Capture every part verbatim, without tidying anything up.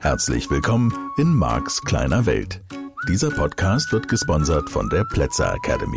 Herzlich willkommen in Marks kleiner Welt. Dieser Podcast wird gesponsert von der Plätzer Academy.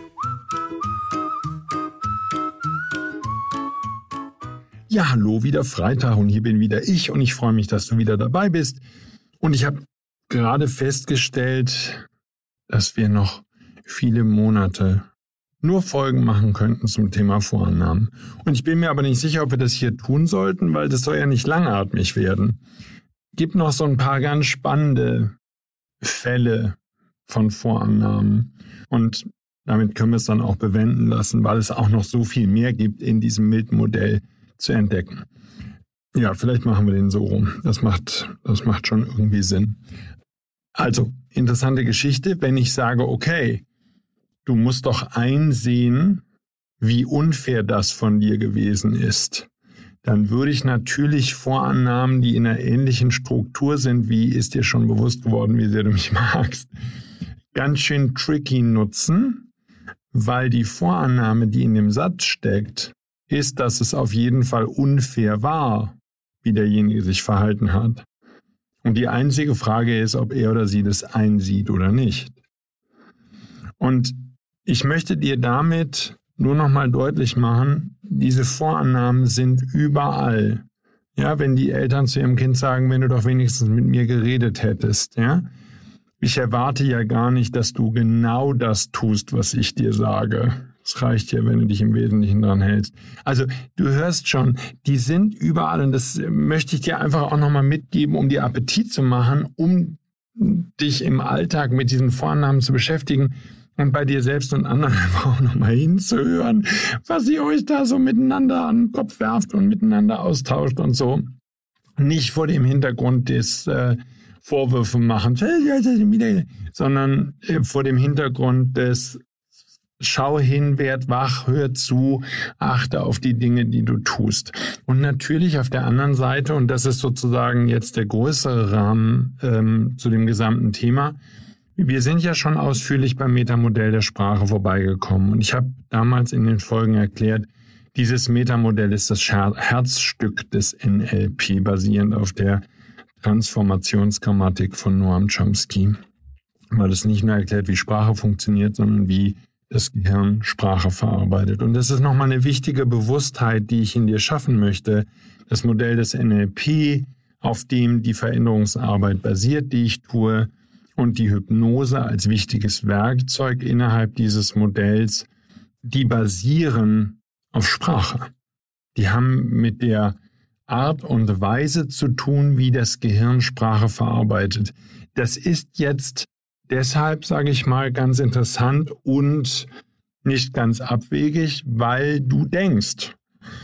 Ja, hallo, wieder Freitag und hier bin wieder ich und ich freue mich, dass du wieder dabei bist. Und ich habe gerade festgestellt, dass wir noch viele Monate nur Folgen machen könnten zum Thema Vorannahmen. Und ich bin mir aber nicht sicher, ob wir das hier tun sollten, weil das soll ja nicht langatmig werden. Gibt noch so ein paar ganz spannende Fälle von Vorannahmen. Und damit können wir es dann auch bewenden lassen, weil es auch noch so viel mehr gibt in diesem Milton-Modell zu entdecken. Ja, vielleicht machen wir den so rum. Das macht, das macht schon irgendwie Sinn. Also, interessante Geschichte, wenn ich sage, okay, du musst doch einsehen, wie unfair das von dir gewesen ist. Dann würde ich natürlich Vorannahmen, die in einer ähnlichen Struktur sind, wie ist dir schon bewusst geworden, wie sehr du mich magst, ganz schön tricky nutzen, weil die Vorannahme, die in dem Satz steckt, ist, dass es auf jeden Fall unfair war, wie derjenige sich verhalten hat. Und die einzige Frage ist, ob er oder sie das einsieht oder nicht. Und ich möchte dir damit nur noch mal deutlich machen, diese Vorannahmen sind überall. Ja, wenn die Eltern zu ihrem Kind sagen, wenn du doch wenigstens mit mir geredet hättest, ja. Ich erwarte ja gar nicht, dass du genau das tust, was ich dir sage. Es reicht ja, wenn du dich im Wesentlichen dran hältst. Also du hörst schon, die sind überall und das möchte ich dir einfach auch noch mal mitgeben, um dir Appetit zu machen, um dich im Alltag mit diesen Vorannahmen zu beschäftigen. Und bei dir selbst und anderen einfach auch nochmal hinzuhören, was ihr euch da so miteinander an den Kopf werft und miteinander austauscht und so. Nicht vor dem Hintergrund des äh, Vorwürfe machen, sondern äh, vor dem Hintergrund des Schau hin, werd wach, hör zu, achte auf die Dinge, die du tust. Und natürlich auf der anderen Seite, und das ist sozusagen jetzt der größere Rahmen ähm, zu dem gesamten Thema, wir sind ja schon ausführlich beim Metamodell der Sprache vorbeigekommen und ich habe damals in den Folgen erklärt, dieses Metamodell ist das Herzstück des N L P, basierend auf der Transformationsgrammatik von Noam Chomsky, weil es nicht nur erklärt, wie Sprache funktioniert, sondern wie das Gehirn Sprache verarbeitet. Und das ist nochmal eine wichtige Bewusstheit, die ich in dir schaffen möchte. Das Modell des N L P, auf dem die Veränderungsarbeit basiert, die ich tue, und die Hypnose als wichtiges Werkzeug innerhalb dieses Modells, die basieren auf Sprache. Die haben mit der Art und Weise zu tun, wie das Gehirn Sprache verarbeitet. Das ist jetzt deshalb, sage ich mal, ganz interessant und nicht ganz abwegig, weil du denkst.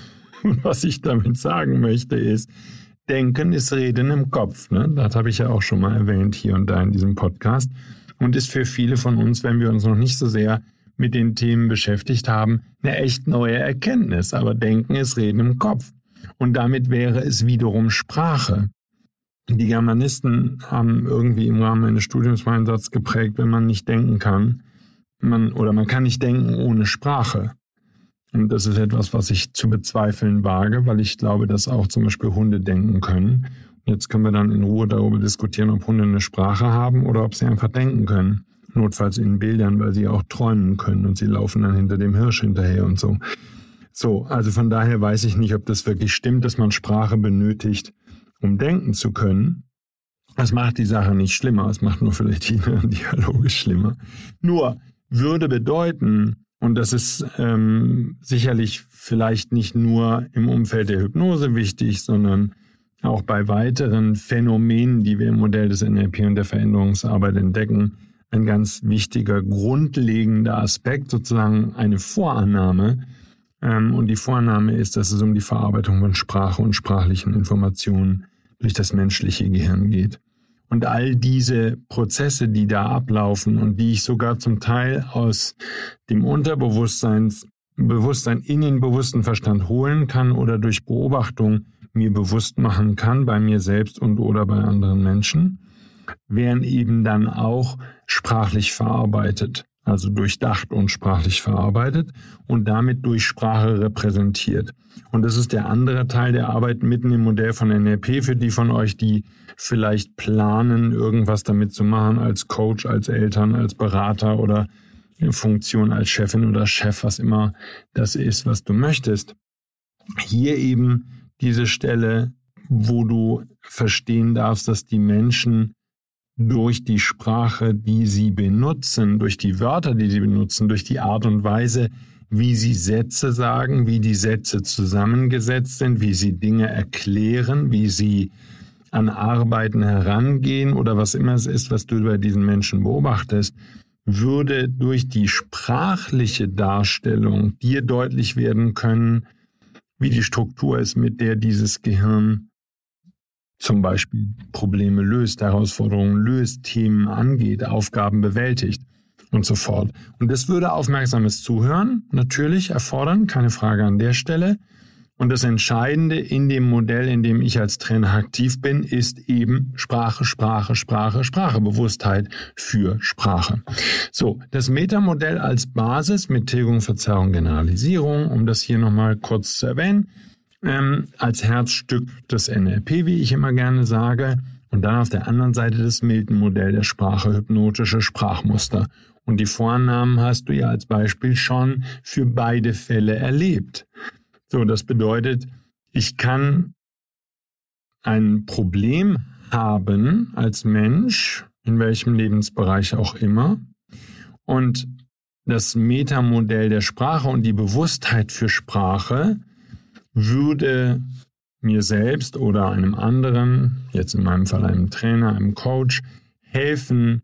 Und was ich damit sagen möchte ist, Denken ist Reden im Kopf, ne? Das habe ich ja auch schon mal erwähnt hier und da in diesem Podcast und ist für viele von uns, wenn wir uns noch nicht so sehr mit den Themen beschäftigt haben, eine echt neue Erkenntnis. Aber Denken ist Reden im Kopf und damit wäre es wiederum Sprache. Die Germanisten haben irgendwie im Rahmen eines Studiums mal einen Satz geprägt, wenn man nicht denken kann, man oder man kann nicht denken ohne Sprache. Und das ist etwas, was ich zu bezweifeln wage, weil ich glaube, dass auch zum Beispiel Hunde denken können. Und jetzt können wir dann in Ruhe darüber diskutieren, ob Hunde eine Sprache haben oder ob sie einfach denken können. Notfalls in Bildern, weil sie auch träumen können und sie laufen dann hinter dem Hirsch hinterher und so. So, also von daher weiß ich nicht, ob das wirklich stimmt, dass man Sprache benötigt, um denken zu können. Das macht die Sache nicht schlimmer, es macht nur vielleicht die Dialoge schlimmer. Nur würde bedeuten, und das ist ähm, sicherlich vielleicht nicht nur im Umfeld der Hypnose wichtig, sondern auch bei weiteren Phänomenen, die wir im Modell des N L P und der Veränderungsarbeit entdecken, ein ganz wichtiger, grundlegender Aspekt, sozusagen eine Vorannahme. Ähm, und die Vorannahme ist, dass es um die Verarbeitung von Sprache und sprachlichen Informationen durch das menschliche Gehirn geht. Und all diese Prozesse, die da ablaufen und die ich sogar zum Teil aus dem Unterbewusstsein Bewusstsein in den bewussten Verstand holen kann oder durch Beobachtung mir bewusst machen kann, bei mir selbst und oder bei anderen Menschen, werden eben dann auch sprachlich verarbeitet. also durchdacht und sprachlich verarbeitet und damit durch Sprache repräsentiert. Und das ist der andere Teil der Arbeit mitten im Modell von N L P für die von euch, die vielleicht planen, irgendwas damit zu machen als Coach, als Eltern, als Berater oder in Funktion als Chefin oder Chef, was immer das ist, was du möchtest. Hier eben diese Stelle, wo du verstehen darfst, dass die Menschen durch die Sprache, die sie benutzen, durch die Wörter, die sie benutzen, durch die Art und Weise, wie sie Sätze sagen, wie die Sätze zusammengesetzt sind, wie sie Dinge erklären, wie sie an Arbeiten herangehen oder was immer es ist, was du bei diesen Menschen beobachtest, würde durch die sprachliche Darstellung dir deutlich werden können, wie die Struktur ist, mit der dieses Gehirn zum Beispiel Probleme löst, Herausforderungen löst, Themen angeht, Aufgaben bewältigt und so fort. Und das würde aufmerksames Zuhören natürlich erfordern, keine Frage an der Stelle. Und das Entscheidende in dem Modell, in dem ich als Trainer aktiv bin, ist eben Sprache, Sprache, Sprache, Sprache, Bewusstheit für Sprache. So, das Metamodell als Basis mit Tilgung, Verzerrung, Generalisierung, um das hier nochmal kurz zu erwähnen, ähm, als Herzstück des N L P, wie ich immer gerne sage. Und dann auf der anderen Seite das Milton-Modell der Sprache, hypnotische Sprachmuster. Und die Vorannahmen hast du ja als Beispiel schon für beide Fälle erlebt. So, das bedeutet, ich kann ein Problem haben als Mensch, in welchem Lebensbereich auch immer. Und das Metamodell der Sprache und die Bewusstheit für Sprache würde mir selbst oder einem anderen, jetzt in meinem Fall einem Trainer, einem Coach, helfen,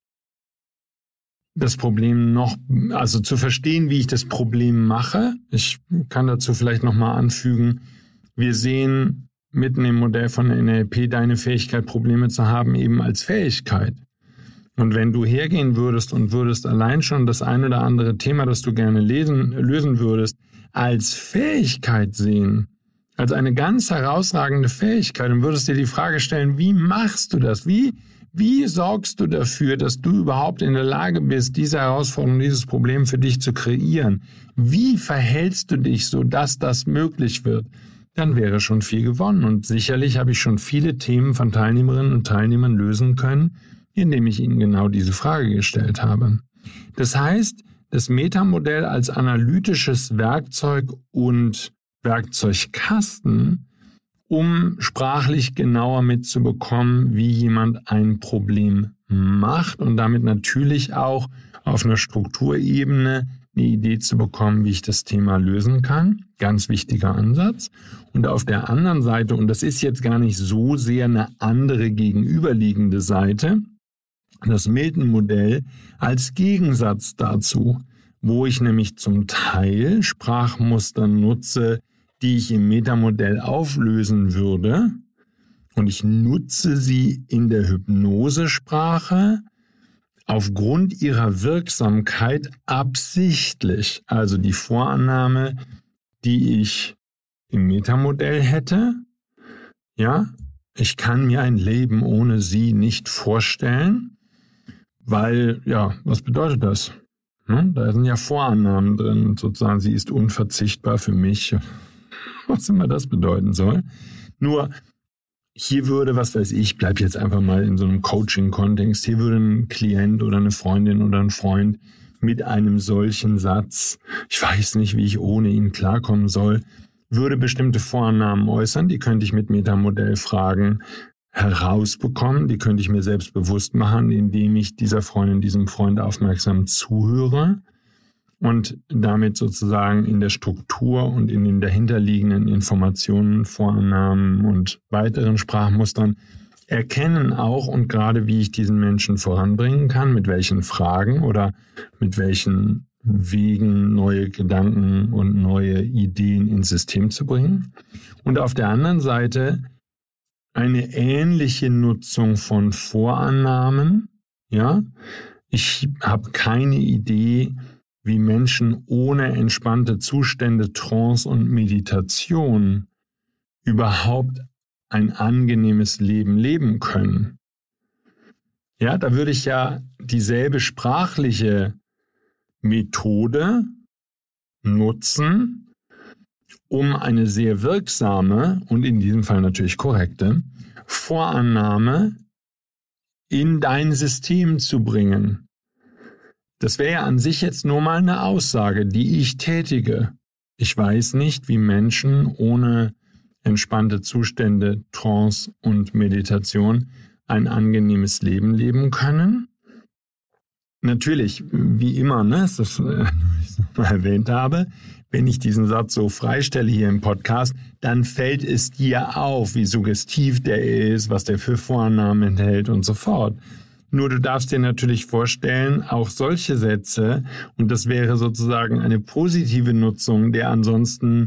das Problem noch, also zu verstehen, wie ich das Problem mache. Ich kann dazu vielleicht nochmal anfügen, wir sehen mitten im Modell von N L P deine Fähigkeit, Probleme zu haben, eben als Fähigkeit. Und wenn du hergehen würdest und würdest allein schon das ein oder andere Thema, das du gerne lesen, lösen würdest, als Fähigkeit sehen, als eine ganz herausragende Fähigkeit, und würdest dir die Frage stellen, wie machst du das? Wie Wie sorgst du dafür, dass du überhaupt in der Lage bist, diese Herausforderung, dieses Problem für dich zu kreieren? Wie verhältst du dich, sodass das möglich wird? Dann wäre schon viel gewonnen. Und sicherlich habe ich schon viele Themen von Teilnehmerinnen und Teilnehmern lösen können, indem ich ihnen genau diese Frage gestellt habe. Das heißt, das Metamodell als analytisches Werkzeug und Werkzeugkasten, um sprachlich genauer mitzubekommen, wie jemand ein Problem macht und damit natürlich auch auf einer Strukturebene eine Idee zu bekommen, wie ich das Thema lösen kann. Ganz wichtiger Ansatz. Und auf der anderen Seite, und das ist jetzt gar nicht so sehr eine andere gegenüberliegende Seite, das Milton-Modell als Gegensatz dazu, wo ich nämlich zum Teil Sprachmuster nutze, die ich im Metamodell auflösen würde, und ich nutze sie in der Hypnosesprache aufgrund ihrer Wirksamkeit absichtlich. Also die Vorannahme, die ich im Metamodell hätte, ja, ich kann mir ein Leben ohne sie nicht vorstellen, weil, ja, was bedeutet das? Hm, da sind ja Vorannahmen drin, sozusagen, sie ist unverzichtbar für mich, was immer das bedeuten soll. Nur hier würde, was weiß ich, bleib jetzt einfach mal in so einem Coaching-Kontext, hier würde ein Klient oder eine Freundin oder ein Freund mit einem solchen Satz, ich weiß nicht, wie ich ohne ihn klarkommen soll, würde bestimmte Vorannahmen äußern, die könnte ich mit Metamodellfragen herausbekommen, die könnte ich mir selbst bewusst machen, indem ich dieser Freundin, diesem Freund aufmerksam zuhöre und damit sozusagen in der Struktur und in den dahinterliegenden Informationen, Vorannahmen und weiteren Sprachmustern erkennen auch und gerade wie ich diesen Menschen voranbringen kann, mit welchen Fragen oder mit welchen Wegen neue Gedanken und neue Ideen ins System zu bringen. Und auf der anderen Seite eine ähnliche Nutzung von Vorannahmen. Ja, ich habe keine Idee, wie Menschen ohne entspannte Zustände, Trance und Meditation überhaupt ein angenehmes Leben leben können. Ja, da würde ich ja dieselbe sprachliche Methode nutzen, um eine sehr wirksame und in diesem Fall natürlich korrekte Vorannahme in dein System zu bringen. Das wäre ja an sich jetzt nur mal eine Aussage, die ich tätige. Ich weiß nicht, wie Menschen ohne entspannte Zustände, Trance und Meditation ein angenehmes Leben leben können. Natürlich, wie immer, ne, ist das, äh, wie ich es mal erwähnt habe, wenn ich diesen Satz so freistelle hier im Podcast, dann fällt es dir auf, wie suggestiv der ist, was der für Vorannahmen enthält und so fort. Nur du darfst dir natürlich vorstellen, auch solche Sätze, und das wäre sozusagen eine positive Nutzung der ansonsten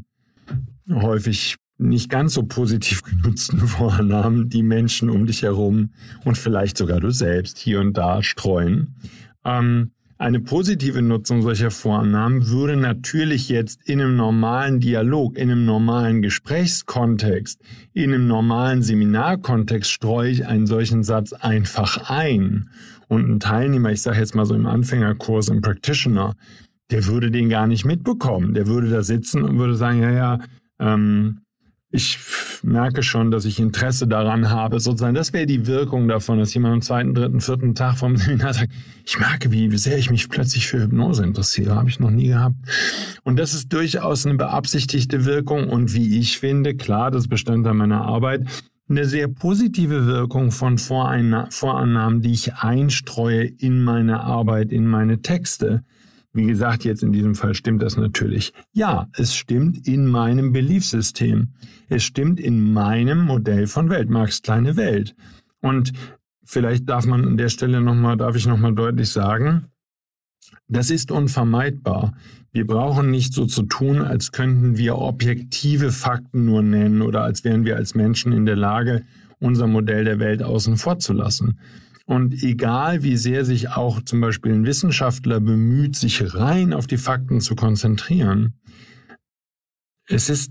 häufig nicht ganz so positiv genutzten Vorannahmen, die Menschen um dich herum und vielleicht sogar du selbst hier und da streuen. Ähm, eine positive Nutzung solcher Vorannahmen würde natürlich jetzt in einem normalen Dialog, in einem normalen Gesprächskontext, in einem normalen Seminarkontext streue ich einen solchen Satz einfach ein. Und ein Teilnehmer, ich sage jetzt mal so im Anfängerkurs, im Practitioner, der würde den gar nicht mitbekommen. Der würde da sitzen und würde sagen, ja, ja, ähm, ich merke schon, dass ich Interesse daran habe, sozusagen. Das wäre die Wirkung davon, dass jemand am zweiten, dritten, vierten Tag vom Seminar sagt, ich merke, wie sehr ich mich plötzlich für Hypnose interessiere. Habe ich noch nie gehabt. Und das ist durchaus eine beabsichtigte Wirkung und wie ich finde, klar, das ist Bestandteil meiner Arbeit, eine sehr positive Wirkung von Vorannahmen, die ich einstreue in meine Arbeit, in meine Texte. Wie gesagt, jetzt in diesem Fall stimmt das natürlich. Ja, es stimmt in meinem Beliefssystem. Es stimmt in meinem Modell von Welt, Marx' kleine Welt. Und vielleicht darf man an der Stelle nochmal, darf ich nochmal deutlich sagen, das ist unvermeidbar. Wir brauchen nicht so zu tun, als könnten wir objektive Fakten nur nennen oder als wären wir als Menschen in der Lage, unser Modell der Welt außen vor zu lassen. Und egal, wie sehr sich auch zum Beispiel ein Wissenschaftler bemüht, sich rein auf die Fakten zu konzentrieren, es ist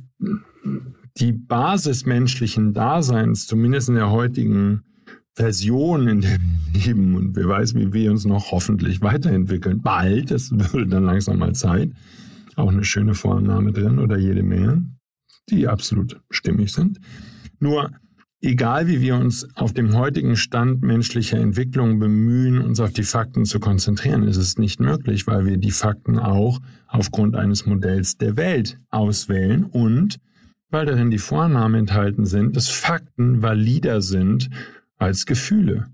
die Basis menschlichen Daseins, zumindest in der heutigen Version, in der wir leben, und wer weiß, wie wir uns noch hoffentlich weiterentwickeln. Bald, das würde dann langsam mal Zeit, auch eine schöne Vorannahme drin oder jede Menge, die absolut stimmig sind. Nur egal wie wir uns auf dem heutigen Stand menschlicher Entwicklung bemühen, uns auf die Fakten zu konzentrieren, ist es nicht möglich, weil wir die Fakten auch aufgrund eines Modells der Welt auswählen und weil darin die Vorannahmen enthalten sind, dass Fakten valider sind als Gefühle.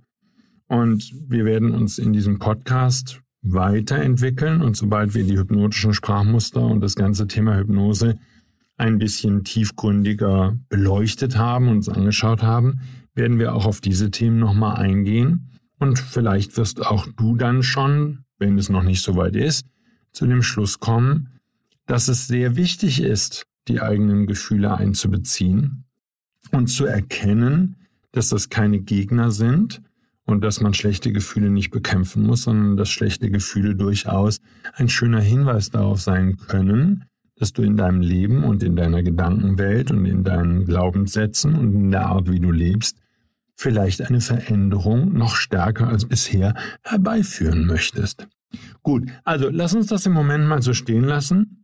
Und wir werden uns in diesem Podcast weiterentwickeln und sobald wir die hypnotischen Sprachmuster und das ganze Thema Hypnose ein bisschen tiefgründiger beleuchtet haben und uns angeschaut haben, werden wir auch auf diese Themen nochmal eingehen. Und vielleicht wirst auch du dann schon, wenn es noch nicht so weit ist, zu dem Schluss kommen, dass es sehr wichtig ist, die eigenen Gefühle einzubeziehen und zu erkennen, dass das keine Gegner sind und dass man schlechte Gefühle nicht bekämpfen muss, sondern dass schlechte Gefühle durchaus ein schöner Hinweis darauf sein können, dass du in deinem Leben und in deiner Gedankenwelt und in deinen Glaubenssätzen und in der Art, wie du lebst, vielleicht eine Veränderung noch stärker als bisher herbeiführen möchtest. Gut, also lass uns das im Moment mal so stehen lassen.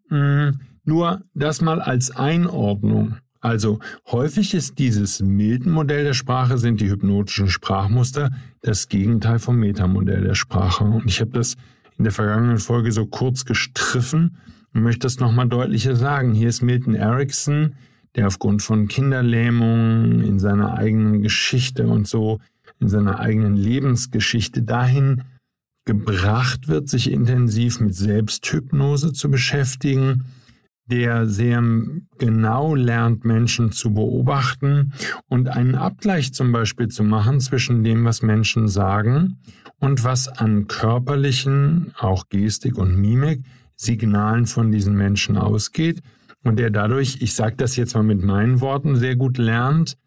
Nur das mal als Einordnung. Also häufig ist dieses Milton-Modell der Sprache, sind die hypnotischen Sprachmuster, das Gegenteil vom Metamodell der Sprache. Und ich habe das in der vergangenen Folge so kurz gestriffen und möchte das nochmal deutlicher sagen. Hier ist Milton Erickson, der aufgrund von Kinderlähmung in seiner eigenen Geschichte und so, in seiner eigenen Lebensgeschichte dahin gebracht wird, sich intensiv mit Selbsthypnose zu beschäftigen, der sehr genau lernt, Menschen zu beobachten und einen Abgleich zum Beispiel zu machen zwischen dem, was Menschen sagen und was an körperlichen, auch Gestik und Mimik, Signalen von diesen Menschen ausgeht und der dadurch, ich sage das jetzt mal mit meinen Worten, sehr gut lernt,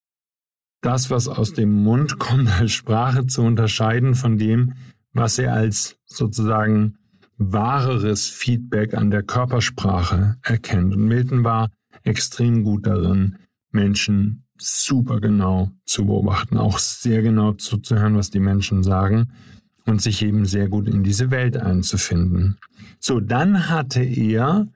das, was aus dem Mund kommt, als Sprache zu unterscheiden von dem, was er als sozusagen wahreres Feedback an der Körpersprache erkennt. Und Milton war extrem gut darin, Menschen super genau zu beobachten, auch sehr genau zuzuhören, was die Menschen sagen und sich eben sehr gut in diese Welt einzufinden. So, dann hatte er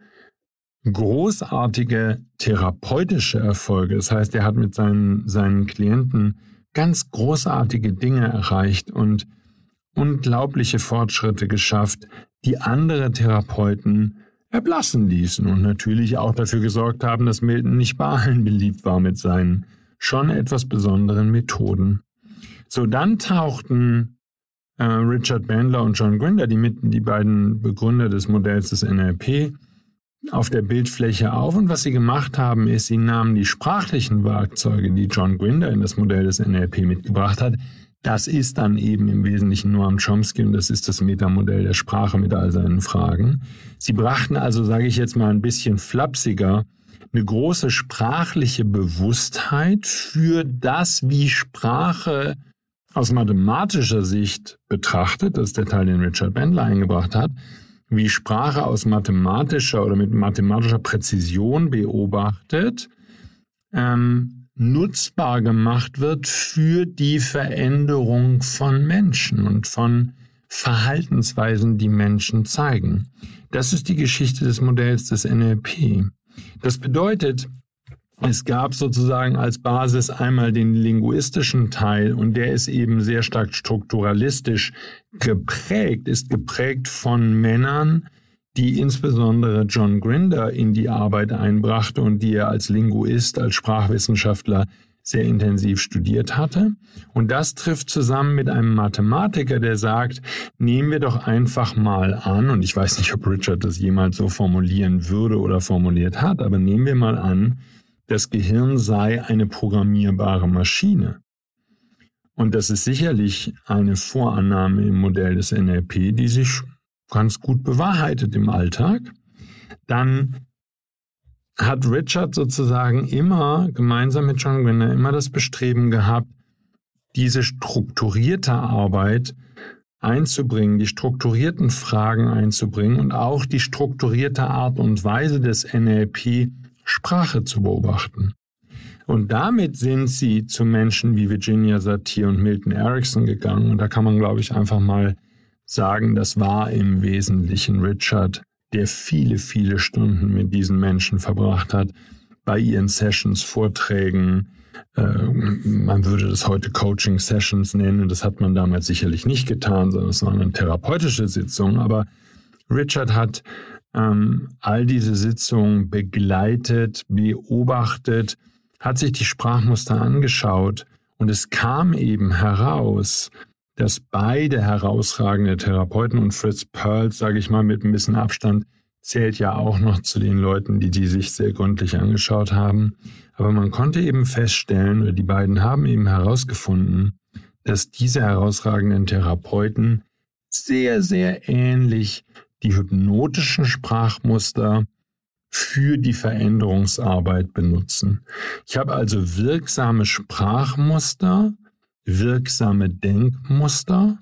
großartige therapeutische Erfolge. Das heißt, er hat mit seinen, seinen Klienten ganz großartige Dinge erreicht und unglaubliche Fortschritte geschafft, die andere Therapeuten erblassen ließen und natürlich auch dafür gesorgt haben, dass Milton nicht bei allen beliebt war mit seinen schon etwas besonderen Methoden. So, dann tauchten äh, Richard Bandler und John Grinder, die, mit, die beiden Begründer des Modells des N L P, auf der Bildfläche auf. Und was sie gemacht haben, ist, sie nahmen die sprachlichen Werkzeuge, die John Grinder in das Modell des N L P mitgebracht hat. Das ist dann eben im Wesentlichen Noam Chomsky und das ist das Metamodell der Sprache mit all seinen Fragen. Sie brachten also, sage ich jetzt mal ein bisschen flapsiger, eine große sprachliche Bewusstheit für das, wie Sprache aus mathematischer Sicht betrachtet, das ist der Teil, den Richard Bandler eingebracht hat, wie Sprache aus mathematischer oder mit mathematischer Präzision beobachtet, ähm, nutzbar gemacht wird für die Veränderung von Menschen und von Verhaltensweisen, die Menschen zeigen. Das ist die Geschichte des Modells des N L P. Das bedeutet, es gab sozusagen als Basis einmal den linguistischen Teil und der ist eben sehr stark strukturalistisch geprägt, ist geprägt von Männern, die insbesondere John Grinder in die Arbeit einbrachte und die er als Linguist, als Sprachwissenschaftler sehr intensiv studiert hatte. Und das trifft zusammen mit einem Mathematiker, der sagt, nehmen wir doch einfach mal an, und ich weiß nicht, ob Richard das jemals so formulieren würde oder formuliert hat, aber nehmen wir mal an, das Gehirn sei eine programmierbare Maschine. Und das ist sicherlich eine Vorannahme im Modell des N L P, die sich ganz gut bewahrheitet im Alltag. Dann hat Richard sozusagen immer, gemeinsam mit John Grinder, immer das Bestreben gehabt, diese strukturierte Arbeit einzubringen, die strukturierten Fragen einzubringen und auch die strukturierte Art und Weise des N L P, Sprache zu beobachten. Und damit sind sie zu Menschen wie Virginia Satir und Milton Erickson gegangen. Und da kann man, glaube ich, einfach mal sagen, das war im Wesentlichen Richard, der viele, viele Stunden mit diesen Menschen verbracht hat, bei ihren Sessions, Vorträgen. Äh, man würde das heute Coaching-Sessions nennen. Das hat man damals sicherlich nicht getan, sondern es war eine therapeutische Sitzung. Aber Richard hat ähm, all diese Sitzungen begleitet, beobachtet, hat sich die Sprachmuster angeschaut und es kam eben heraus, dass beide herausragende Therapeuten und Fritz Perls, sage ich mal mit ein bisschen Abstand, zählt ja auch noch zu den Leuten, die die sich sehr gründlich angeschaut haben. Aber man konnte eben feststellen, oder die beiden haben eben herausgefunden, dass diese herausragenden Therapeuten sehr, sehr ähnlich die hypnotischen Sprachmuster für die Veränderungsarbeit benutzen. Ich habe also wirksame Sprachmuster, wirksame Denkmuster,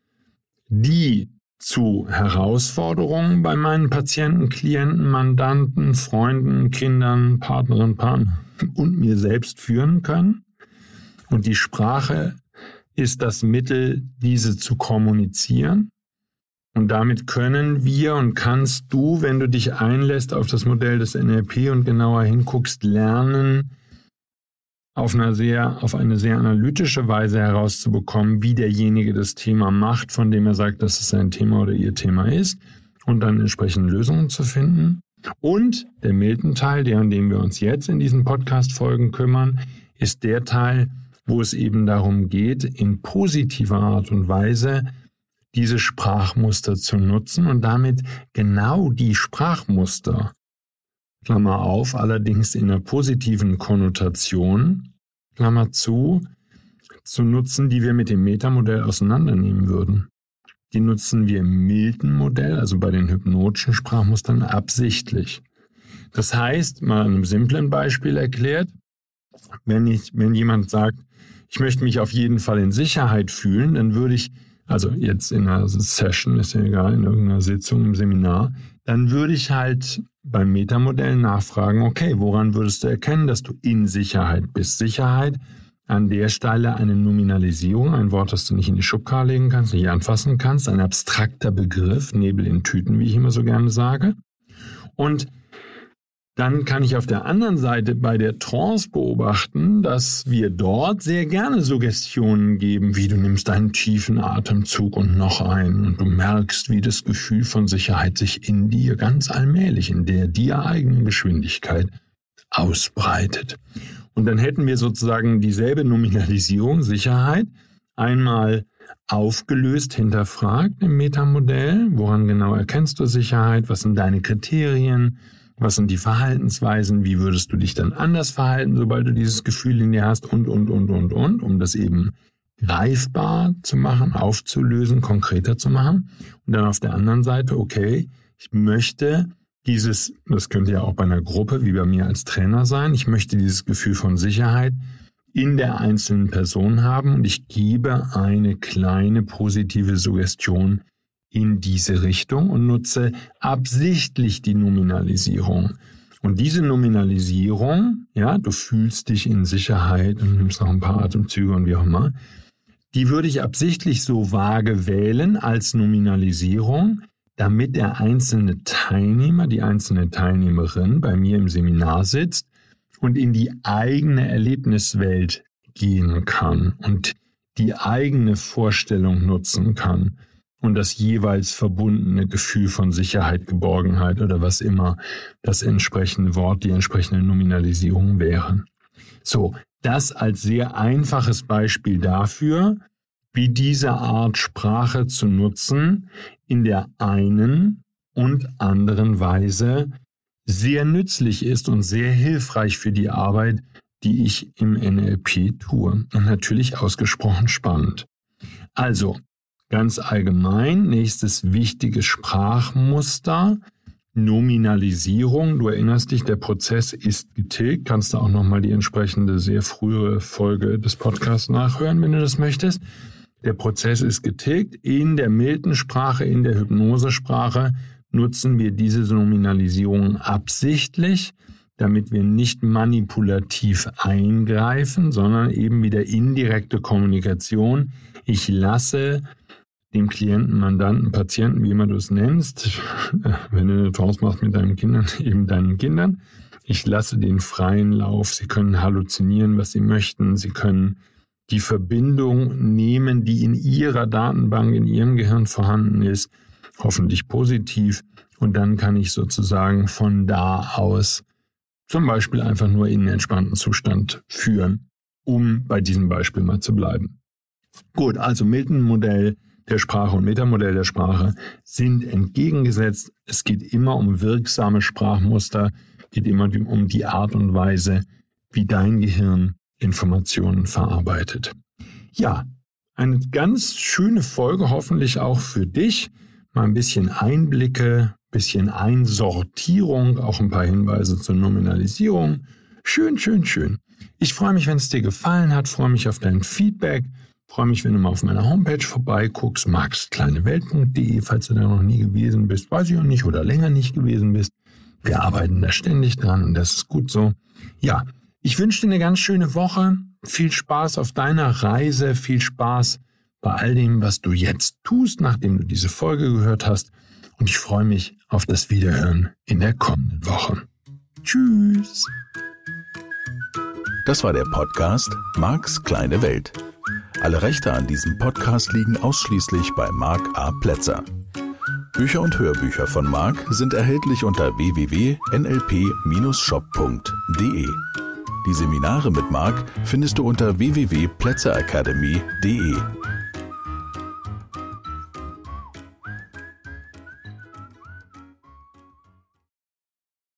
die zu Herausforderungen bei meinen Patienten, Klienten, Mandanten, Freunden, Kindern, Partnerinnen, Partnern und mir selbst führen können. Und die Sprache ist das Mittel, diese zu kommunizieren. Und damit können wir und kannst du, wenn du dich einlässt auf das Modell des N L P und genauer hinguckst, lernen, auf eine sehr, auf eine sehr analytische Weise herauszubekommen, wie derjenige das Thema macht, von dem er sagt, dass es sein Thema oder ihr Thema ist, und dann entsprechende Lösungen zu finden. Und der Milton-Teil, der, an dem wir uns jetzt in diesen Podcast-Folgen kümmern, ist der Teil, wo es eben darum geht, in positiver Art und Weise diese Sprachmuster zu nutzen und damit genau die Sprachmuster, Klammer auf, allerdings in einer positiven Konnotation, Klammer zu, zu nutzen, die wir mit dem Metamodell auseinandernehmen würden. Die nutzen wir im Milton-Modell, also bei den hypnotischen Sprachmustern, absichtlich. Das heißt, mal an einem simplen Beispiel erklärt, wenn, ich, wenn jemand sagt, ich möchte mich auf jeden Fall in Sicherheit fühlen, dann würde ich, also jetzt in einer Session, ist ja egal, in irgendeiner Sitzung, im Seminar, dann würde ich halt beim Metamodell nachfragen, okay, woran würdest du erkennen, dass du in Sicherheit bist? Sicherheit an der Stelle eine Nominalisierung, ein Wort, das du nicht in die Schublade legen kannst, nicht anfassen kannst, ein abstrakter Begriff, Nebel in Tüten, wie ich immer so gerne sage. Und dann kann ich auf der anderen Seite bei der Trance beobachten, dass wir dort sehr gerne Suggestionen geben, wie du nimmst einen tiefen Atemzug und noch einen und du merkst, wie das Gefühl von Sicherheit sich in dir ganz allmählich, in der dir eigenen Geschwindigkeit ausbreitet. Und dann hätten wir sozusagen dieselbe Nominalisierung, Sicherheit, einmal aufgelöst, hinterfragt im Metamodell. Woran genau erkennst du Sicherheit? Was sind deine Kriterien? Was sind die Verhaltensweisen? Wie würdest du dich dann anders verhalten, sobald du dieses Gefühl in dir hast? Und, und, und, und, und, um das eben greifbar zu machen, aufzulösen, konkreter zu machen. Und dann auf der anderen Seite, okay, ich möchte dieses, das könnte ja auch bei einer Gruppe wie bei mir als Trainer sein, ich möchte dieses Gefühl von Sicherheit in der einzelnen Person haben und ich gebe eine kleine positive Suggestion in diese Richtung und nutze absichtlich die Nominalisierung. Und diese Nominalisierung, ja, du fühlst dich in Sicherheit und nimmst noch ein paar Atemzüge und wie auch immer, die würde ich absichtlich so vage wählen als Nominalisierung, damit der einzelne Teilnehmer, die einzelne Teilnehmerin bei mir im Seminar sitzt und in die eigene Erlebniswelt gehen kann und die eigene Vorstellung nutzen kann. Und das jeweils verbundene Gefühl von Sicherheit, Geborgenheit oder was immer das entsprechende Wort, die entsprechende Nominalisierung wäre. So, das als sehr einfaches Beispiel dafür, wie diese Art Sprache zu nutzen in der einen und anderen Weise sehr nützlich ist und sehr hilfreich für die Arbeit, die ich im N L P tue. Und natürlich ausgesprochen spannend. Also, ganz allgemein, nächstes wichtiges Sprachmuster, Nominalisierung. Du erinnerst dich, der Prozess ist getilgt. Kannst du auch nochmal die entsprechende sehr frühere Folge des Podcasts nachhören, wenn du das möchtest. Der Prozess ist getilgt. In der Milton-Sprache, in der Hypnosesprache nutzen wir diese Nominalisierung absichtlich, damit wir nicht manipulativ eingreifen, sondern eben wieder indirekte Kommunikation. Ich lasse dem Klienten, Mandanten, Patienten, wie immer du es nennst, wenn du eine Trance machst mit deinen Kindern, eben deinen Kindern, ich lasse den freien Lauf. Sie können halluzinieren, was sie möchten. Sie können die Verbindung nehmen, die in ihrer Datenbank, in ihrem Gehirn vorhanden ist, hoffentlich positiv. Und dann kann ich sozusagen von da aus zum Beispiel einfach nur in einen entspannten Zustand führen, um bei diesem Beispiel mal zu bleiben. Gut, also Milton-Modell der Sprache und Metamodell der Sprache sind entgegengesetzt. Es geht immer um wirksame Sprachmuster, geht immer um die Art und Weise, wie dein Gehirn Informationen verarbeitet. Ja, eine ganz schöne Folge, hoffentlich auch für dich. Mal ein bisschen Einblicke, ein bisschen Einsortierung, auch ein paar Hinweise zur Nominalisierung. Schön, schön, schön. Ich freue mich, wenn es dir gefallen hat, freue mich auf dein Feedback. Freue mich, wenn du mal auf meiner Homepage vorbeiguckst, max kleine welt punkt de, falls du da noch nie gewesen bist, weiß ich auch nicht, oder länger nicht gewesen bist. Wir arbeiten da ständig dran und das ist gut so. Ja, ich wünsche dir eine ganz schöne Woche, viel Spaß auf deiner Reise, viel Spaß bei all dem, was du jetzt tust, nachdem du diese Folge gehört hast. Und ich freue mich auf das Wiederhören in der kommenden Woche. Tschüss! Das war der Podcast Marks kleine Welt. Alle Rechte an diesem Podcast liegen ausschließlich bei Mark A. Plätzer. Bücher und Hörbücher von Mark sind erhältlich unter w w w punkt n l p dash shop punkt de. Die Seminare mit Mark findest du unter w w w punkt plätzer academy punkt de.